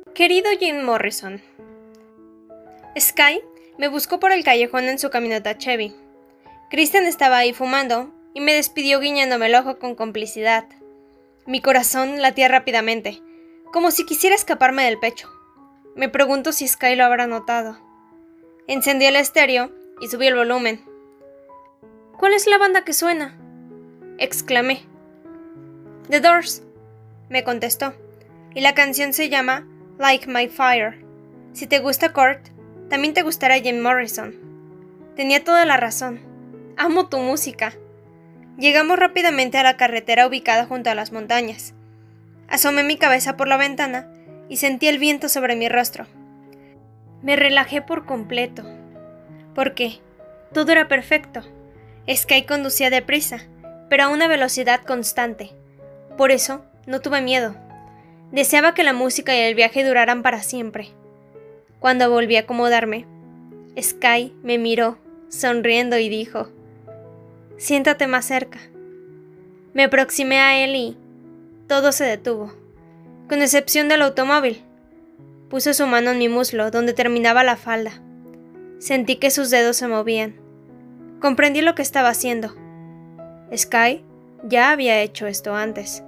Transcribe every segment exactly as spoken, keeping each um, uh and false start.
Querido Jim Morrison, Sky me buscó por el callejón en su camioneta Chevy. Kristen estaba ahí fumando y me despidió guiñándome el ojo con complicidad. Mi corazón latía rápidamente, como si quisiera escaparme del pecho. Me pregunto si Sky lo habrá notado. Encendí el estéreo y subí el volumen. ¿Cuál es la banda que suena?, exclamé. The Doors, me contestó, y la canción se llama Like My Fire. Si te gusta Kurt, también te gustará Jim Morrison. Tenía toda la razón. Amo tu música. Llegamos rápidamente a la carretera ubicada junto a las montañas. Asomé mi cabeza por la ventana y sentí el viento sobre mi rostro. Me relajé por completo, porque todo era perfecto. Sky conducía deprisa, pero a una velocidad constante. Por eso no tuve miedo. Deseaba que la música y el viaje duraran para siempre. Cuando volví a acomodarme, Sky me miró, sonriendo, y dijo: «Siéntate más cerca». Me aproximé a él y todo se detuvo, con excepción del automóvil. Puso su mano en mi muslo, donde terminaba la falda. Sentí que sus dedos se movían. Comprendí lo que estaba haciendo. Sky ya había hecho esto antes.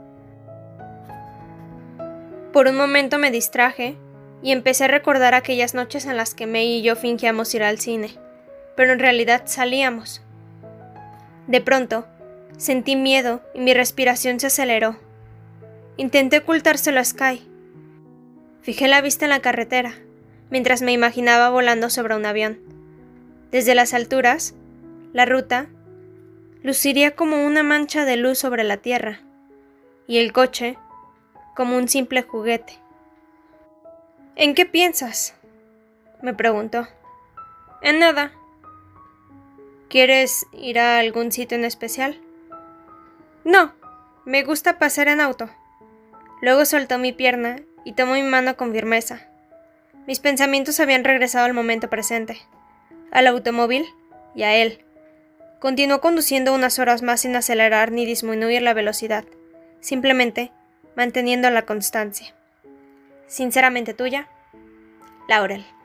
Por un momento me distraje y empecé a recordar aquellas noches en las que May y yo fingíamos ir al cine, pero en realidad salíamos. De pronto, sentí miedo y mi respiración se aceleró. Intenté ocultárselo a Sky. Fijé la vista en la carretera, mientras me imaginaba volando sobre un avión. Desde las alturas, la ruta luciría como una mancha de luz sobre la tierra, y el coche como un simple juguete. «¿En qué piensas?», me preguntó. «En nada». «¿Quieres ir a algún sitio en especial?». «No, me gusta pasear en auto». Luego soltó mi pierna y tomó mi mano con firmeza. Mis pensamientos habían regresado al momento presente, al automóvil y a él. Continuó conduciendo unas horas más sin acelerar ni disminuir la velocidad, simplemente manteniendo la constancia. Sinceramente tuya, Laurel.